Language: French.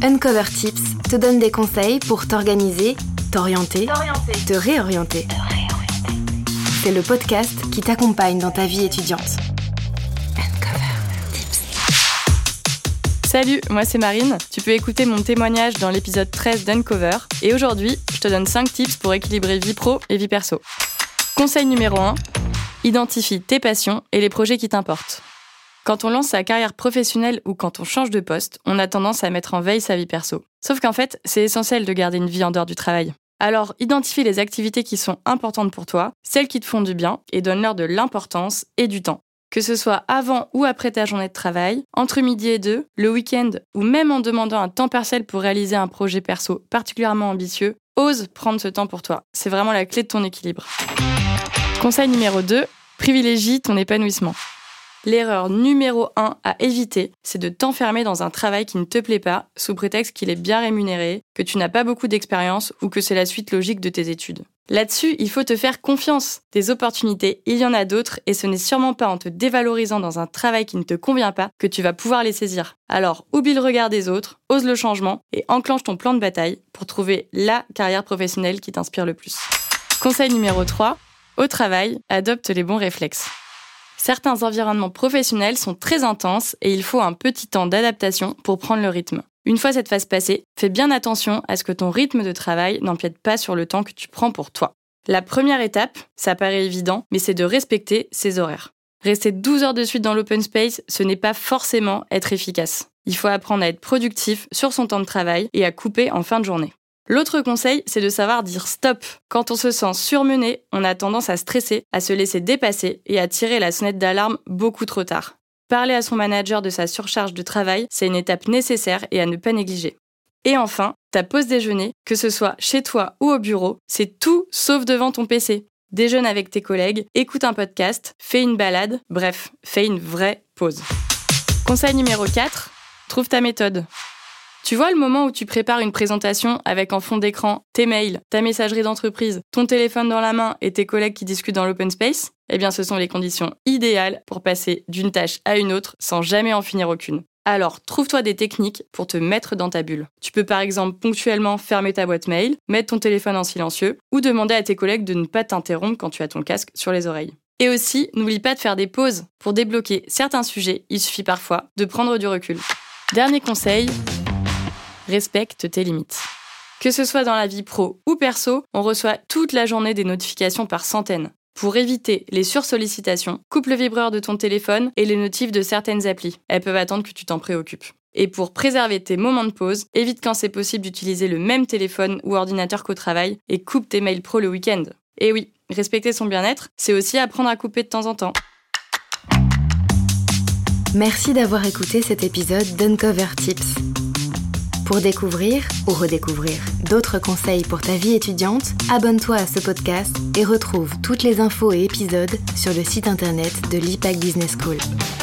Uncover Tips te donne des conseils pour t'organiser, t'orienter, te réorienter. C'est le podcast qui t'accompagne dans ta vie étudiante. Uncover Tips. Salut, moi c'est Marine. Tu peux écouter mon témoignage dans l'épisode 13 d'Uncover. Et aujourd'hui, je te donne 5 tips pour équilibrer vie pro et vie perso. Conseil numéro 1, identifie tes passions et les projets qui t'importent. Quand on lance sa carrière professionnelle ou quand on change de poste, on a tendance à mettre en veille sa vie perso. Sauf qu'en fait, c'est essentiel de garder une vie en dehors du travail. Alors, identifie les activités qui sont importantes pour toi, celles qui te font du bien, et donne-leur de l'importance et du temps. Que ce soit avant ou après ta journée de travail, entre midi et 2, le week-end, ou même en demandant un temps partiel pour réaliser un projet perso particulièrement ambitieux, ose prendre ce temps pour toi. C'est vraiment la clé de ton équilibre. Conseil numéro 2, privilégie ton épanouissement. L'erreur numéro 1 à éviter, c'est de t'enfermer dans un travail qui ne te plaît pas, sous prétexte qu'il est bien rémunéré, que tu n'as pas beaucoup d'expérience ou que c'est la suite logique de tes études. Là-dessus, il faut te faire confiance. Des opportunités, il y en a d'autres et ce n'est sûrement pas en te dévalorisant dans un travail qui ne te convient pas que tu vas pouvoir les saisir. Alors, oublie le regard des autres, ose le changement et enclenche ton plan de bataille pour trouver la carrière professionnelle qui t'inspire le plus. Conseil numéro 3, au travail, adopte les bons réflexes. Certains environnements professionnels sont très intenses et il faut un petit temps d'adaptation pour prendre le rythme. Une fois cette phase passée, fais bien attention à ce que ton rythme de travail n'empiète pas sur le temps que tu prends pour toi. La première étape, ça paraît évident, mais c'est de respecter ses horaires. Rester 12 heures de suite dans l'open space, ce n'est pas forcément être efficace. Il faut apprendre à être productif sur son temps de travail et à couper en fin de journée. L'autre conseil, c'est de savoir dire stop. Quand on se sent surmené, on a tendance à stresser, à se laisser dépasser et à tirer la sonnette d'alarme beaucoup trop tard. Parler à son manager de sa surcharge de travail, c'est une étape nécessaire et à ne pas négliger. Et enfin, ta pause déjeuner, que ce soit chez toi ou au bureau, c'est tout sauf devant ton PC. Déjeune avec tes collègues, écoute un podcast, fais une balade, bref, fais une vraie pause. Conseil numéro 4, trouve ta méthode. Tu vois le moment où tu prépares une présentation avec en fond d'écran tes mails, ta messagerie d'entreprise, ton téléphone dans la main et tes collègues qui discutent dans l'open space ? Eh bien, ce sont les conditions idéales pour passer d'une tâche à une autre sans jamais en finir aucune. Alors, trouve-toi des techniques pour te mettre dans ta bulle. Tu peux par exemple ponctuellement fermer ta boîte mail, mettre ton téléphone en silencieux ou demander à tes collègues de ne pas t'interrompre quand tu as ton casque sur les oreilles. Et aussi, n'oublie pas de faire des pauses. Pour débloquer certains sujets, il suffit parfois de prendre du recul. Dernier conseil, respecte tes limites. Que ce soit dans la vie pro ou perso, on reçoit toute la journée des notifications par centaines. Pour éviter les sursollicitations, coupe le vibreur de ton téléphone et les notifs de certaines applis. Elles peuvent attendre que tu t'en préoccupes. Et pour préserver tes moments de pause, évite quand c'est possible d'utiliser le même téléphone ou ordinateur qu'au travail et coupe tes mails pro le week-end. Et oui, respecter son bien-être, c'est aussi apprendre à couper de temps en temps. Merci d'avoir écouté cet épisode d'Uncover Tips. Pour découvrir ou redécouvrir d'autres conseils pour ta vie étudiante, abonne-toi à ce podcast et retrouve toutes les infos et épisodes sur le site internet de l'IPAC Business School.